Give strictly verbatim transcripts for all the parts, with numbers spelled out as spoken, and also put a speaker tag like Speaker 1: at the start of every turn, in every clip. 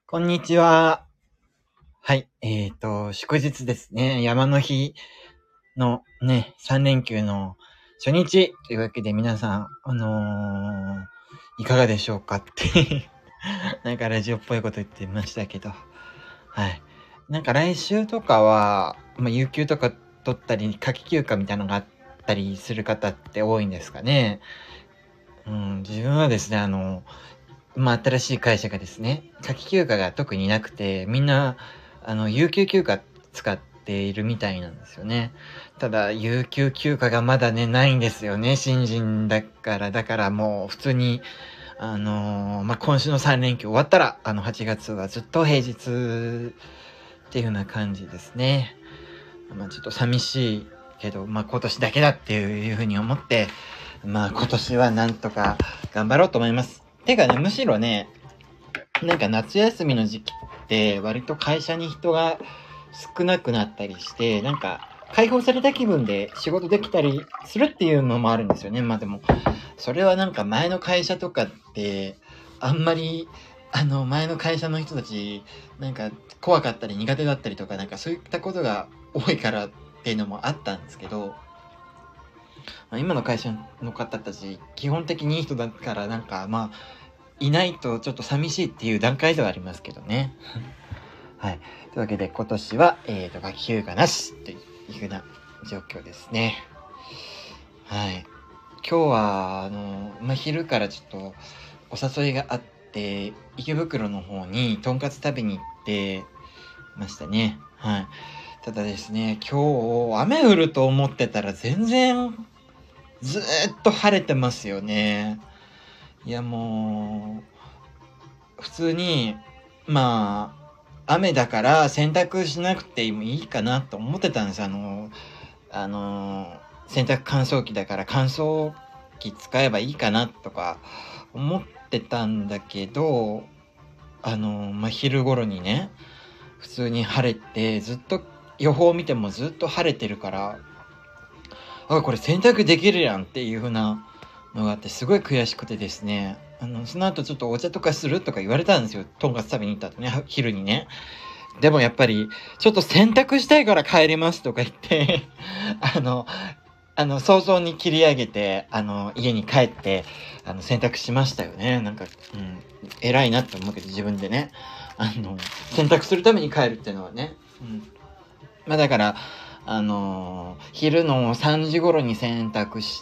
Speaker 1: こんにちは。はい。えっと、祝日ですね。山の日のね、さん連休の初日というわけで皆さん、あのー、いかがでしょうかってなんかラジオっぽいこと言ってましたけど。はい。なんか来週とかは、まあ、有給とか取ったり、夏季休暇みたいなのがあったりする方って多いんですかね。うん、自分はですね、あの、まあ、新しい会社がですね、夏季休暇が特になくて、みんな、あの、有給休暇使っているみたいなんですよね。ただ、有給休暇がまだね、ないんですよね。新人だから、だからもう普通に、あのーまあ、今週のさん連休終わったら、あの、はちがつはずっと平日っていうような感じですね。まあ、ちょっと寂しいけど、まあ、今年だけだっていうふうに思って、まあ、今年はなんとか頑張ろうと思います。てかね、むしろね、なんか夏休みの時期って割と会社に人が少なくなったりして、なんか解放された気分で仕事できたりするっていうのもあるんですよね。まあでも、それはなんか前の会社とかって、あんまり、あの前の会社の人たち、なんか怖かったり苦手だったりとか、なんかそういったことが多いからっていうのもあったんですけど、まあ、今の会社の方たち、基本的にいい人だから、なんかまあ、いないとちょっと寂しいっていう段階ではありますけどね。はい。というわけで今年は、えーと、学級がなしというふうな状況ですね。はい。今日は、あの、まあ、昼からちょっとお誘いがあって、池袋の方にとんかつ食べに行ってましたね。はい。ただですね、今日雨降ると思ってたら全然ずーっと晴れてますよね。いやもう、普通に、まあ、雨だから洗濯しなくてもいいかなと思ってたんです。あの、あの、洗濯乾燥機だから乾燥機使えばいいかなとか思ってたんだけど、あの、まあ、昼頃にね、普通に晴れて、ずっと予報を見てもずっと晴れてるから、あ、これ洗濯できるやんっていう風なのがあって、すごい悔しくてですね。あの、その後ちょっとお茶とかするとか言われたんですよ。とんかつ食べに行った後ね、昼にね。でもやっぱり、ちょっと洗濯したいから帰りますとか言ってあの、あの、早々に切り上げて、あの、家に帰って、あの、洗濯しましたよね。なんか、うん、偉いなって思うけど、自分でね。あの、洗濯するために帰るっていうのはね。うん。まあだから、あのー昼のさんじ頃に洗濯して、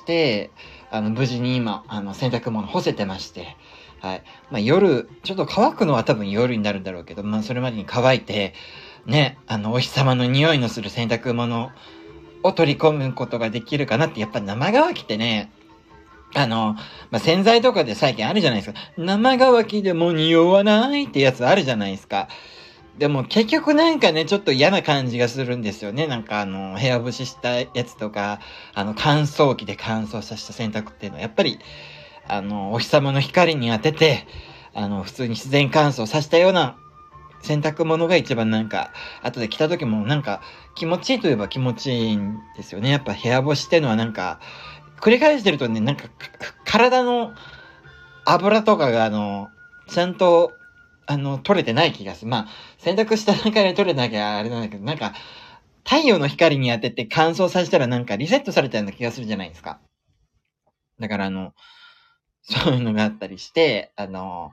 Speaker 1: あの、無事に今、あの、洗濯物干せてまして、はい。まあ夜、ちょっと乾くのは多分夜になるんだろうけど、まあそれまでに乾いて、ね、あの、お日様の匂いのする洗濯物を取り込むことができるかなって、やっぱ生乾きってね、あの、まあ、洗剤とかで最近あるじゃないですか。生乾きでも匂わないってやつあるじゃないですか。でも結局なんかね、ちょっと嫌な感じがするんですよね。なんかあの、部屋干ししたやつとか、あの、乾燥機で乾燥させた洗濯っていうのは、やっぱり、あの、お日様の光に当てて、あの、普通に自然乾燥させたような洗濯物が一番なんか、後で着た時もなんか、気持ちいいといえば気持ちいいんですよね。やっぱ部屋干しっていうのはなんか、繰り返してるとね、なんか、体の油とかがあの、ちゃんと、あの、取れてない気がする。まあ、洗濯した中で取れなきゃあれなんだけど、なんか、太陽の光に当てて乾燥させたらなんかリセットされたような気がするじゃないですか。だからあの、そういうのがあったりして、あの、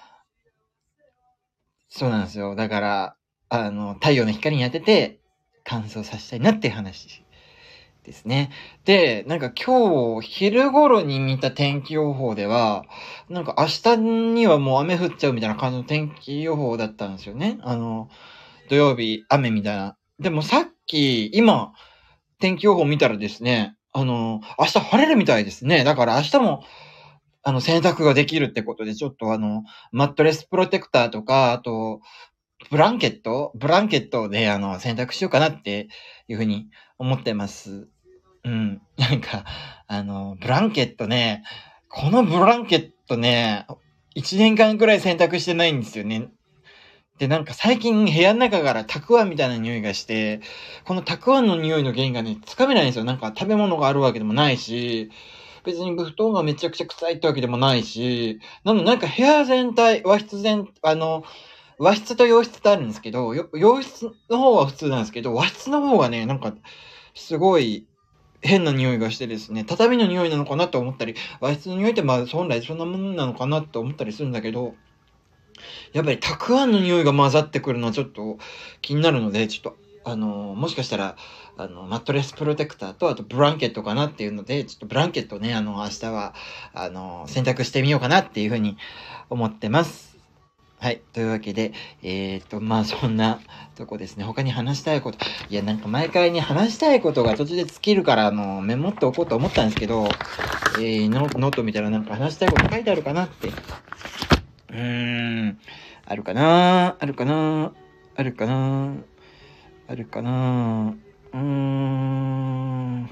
Speaker 1: そうなんですよ。だから、あの、太陽の光に当てて乾燥させたいなっていう話ですね。で、なんか今日昼頃に見た天気予報では、なんか明日にはもう雨降っちゃうみたいな感じの天気予報だったんですよね。あの、土曜日雨みたいな。でもさっき、今、天気予報見たらですね、あの、明日晴れるみたいですね。だから明日も、あの、洗濯ができるってことで、ちょっとあの、マットレスプロテクターとか、あと、ブランケットブランケットで、あの、洗濯しようかなっていうふうに思ってます。うん。なんか、あの、ブランケットね、このブランケットね、一年間くらい洗濯してないんですよね。で、なんか最近部屋の中からたくあんみたいな匂いがして、このたくあんの匂いの原因がね、つかめないんですよ。なんか食べ物があるわけでもないし、別に布団がめちゃくちゃ臭いってわけでもないし、なのでなんか部屋全体、和室全、あの、 和室と洋室ってあるんですけど、洋室の方は普通なんですけど、和室の方がね、なんか、すごい変な匂いがしてですね、畳の匂いなのかなと思ったり、和室の匂いってまあ本来そんなものなのかなと思ったりするんだけど、やっぱりたくあんの匂いが混ざってくるのはちょっと気になるので、ちょっと、あのー、もしかしたら、あの、マットレスプロテクターと、あとブランケットかなっていうので、ちょっとブランケットね、あの、明日は、あのー、選択してみようかなっていうふうに思ってます。はい。というわけで、えー、っと、まあ、そんなとこですね。他に話したいこと。いや、なんか毎回ね、話したいことが途中で尽きるから、あの、メモっておこうと思ったんですけど、えー、ノノート見たらなんか話したいこと書いてあるかなって。うーん。あるかなあるかなあるかなあるかなうーん。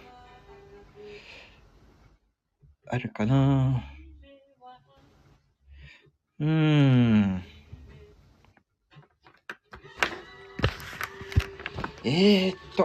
Speaker 1: あるかなうーん。えーっと。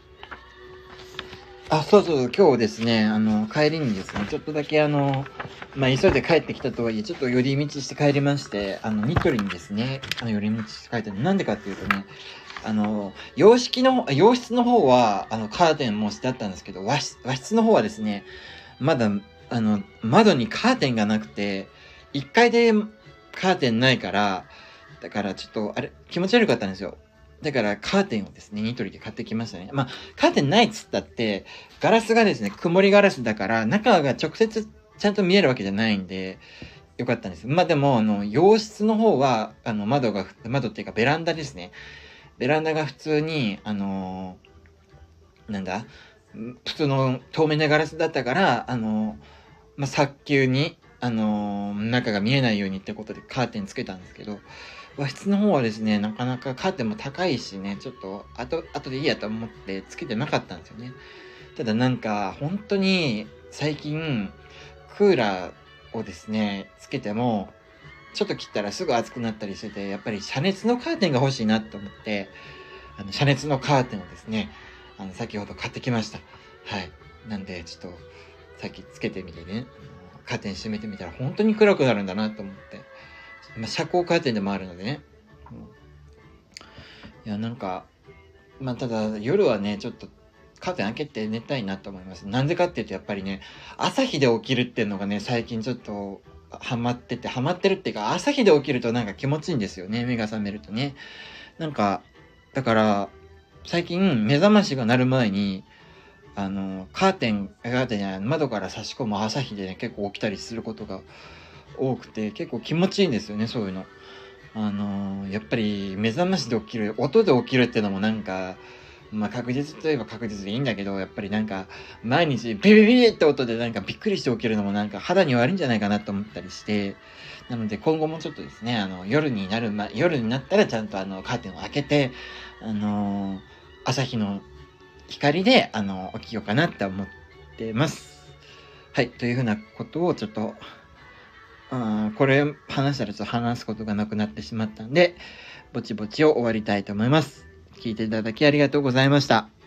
Speaker 1: あ、そうそう、今日ですね、あの、帰りにですね、ちょっとだけあの、まあ、急いで帰ってきたとはいえ、ちょっと寄り道して帰りまして、あの、ニトリにですね、あの、寄り道して帰ったの。なんでかっていうとね、あの、洋式の、洋室の方は、あの、カーテンもしてあったんですけど、和室、和室の方はですね、まだ、あの、窓にカーテンがなくて、いっかいでカーテンないから、だからちょっと、あれ、気持ち悪かったんですよ。だからカーテンをですね、ニトリで買ってきましたね。まあ、カーテンないっつったって、ガラスがですね、曇りガラスだから、中が直接ちゃんと見えるわけじゃないんで、よかったんです。まあでも、あの、洋室の方は、あの、窓が、窓っていうかベランダですね。ベランダが普通に、あのーなんだ普通の透明なガラスだったから、あのーまあ、早急に、あのー中が見えないようにってことでカーテンつけたんですけど、和室の方はですね、なかなかカーテンも高いしね、ちょっと、あと、後でいいやと思ってつけてなかったんですよね。ただなんか、本当に、最近、クーラーをですね、つけても、ちょっと切ったらすぐ熱くなったりしてて、やっぱり遮熱のカーテンが欲しいなと思って、あの、遮熱のカーテンをですね、あの、先ほど買ってきました。はい。なんで、ちょっと、さっきつけてみてね、カーテン閉めてみたら本当に暗くなるんだなと思って。まあ、遮光カーテンでもあるのでね。うん、いや、なんか、まあ、ただ、夜はね、ちょっと、カーテン開けて寝たいなと思います。なんでかっていうと、やっぱりね、朝日で起きるっていうのがね、最近ちょっと、ハマってて、ハマってるっていうか、朝日で起きるとなんか気持ちいいんですよね。目が覚めるとね。なんか、だから、最近、目覚ましが鳴る前に、あの、カーテン、カーテンじゃない、窓から差し込む朝日でね、結構起きたりすることが多くて、結構気持ちいいんですよね、そういうの。あのーやっぱり目覚ましで起きる、音で起きるっていうのもなんか、まあ確実といえば確実でいいんだけど、やっぱりなんか、毎日ビビビビって音でなんかびっくりして起きるのもなんか肌に悪いんじゃないかなと思ったりして、なので今後もちょっとですね、あの、夜になるま、夜になったらちゃんとあの、カーテンを開けて、あのー朝日の光で、あの、起きようかなって思ってます。はい、というふうなことをちょっと、あこれ話したらちょっと話すことがなくなってしまったんで、ぼちぼちを終わりたいと思います。聞いていただきありがとうございました。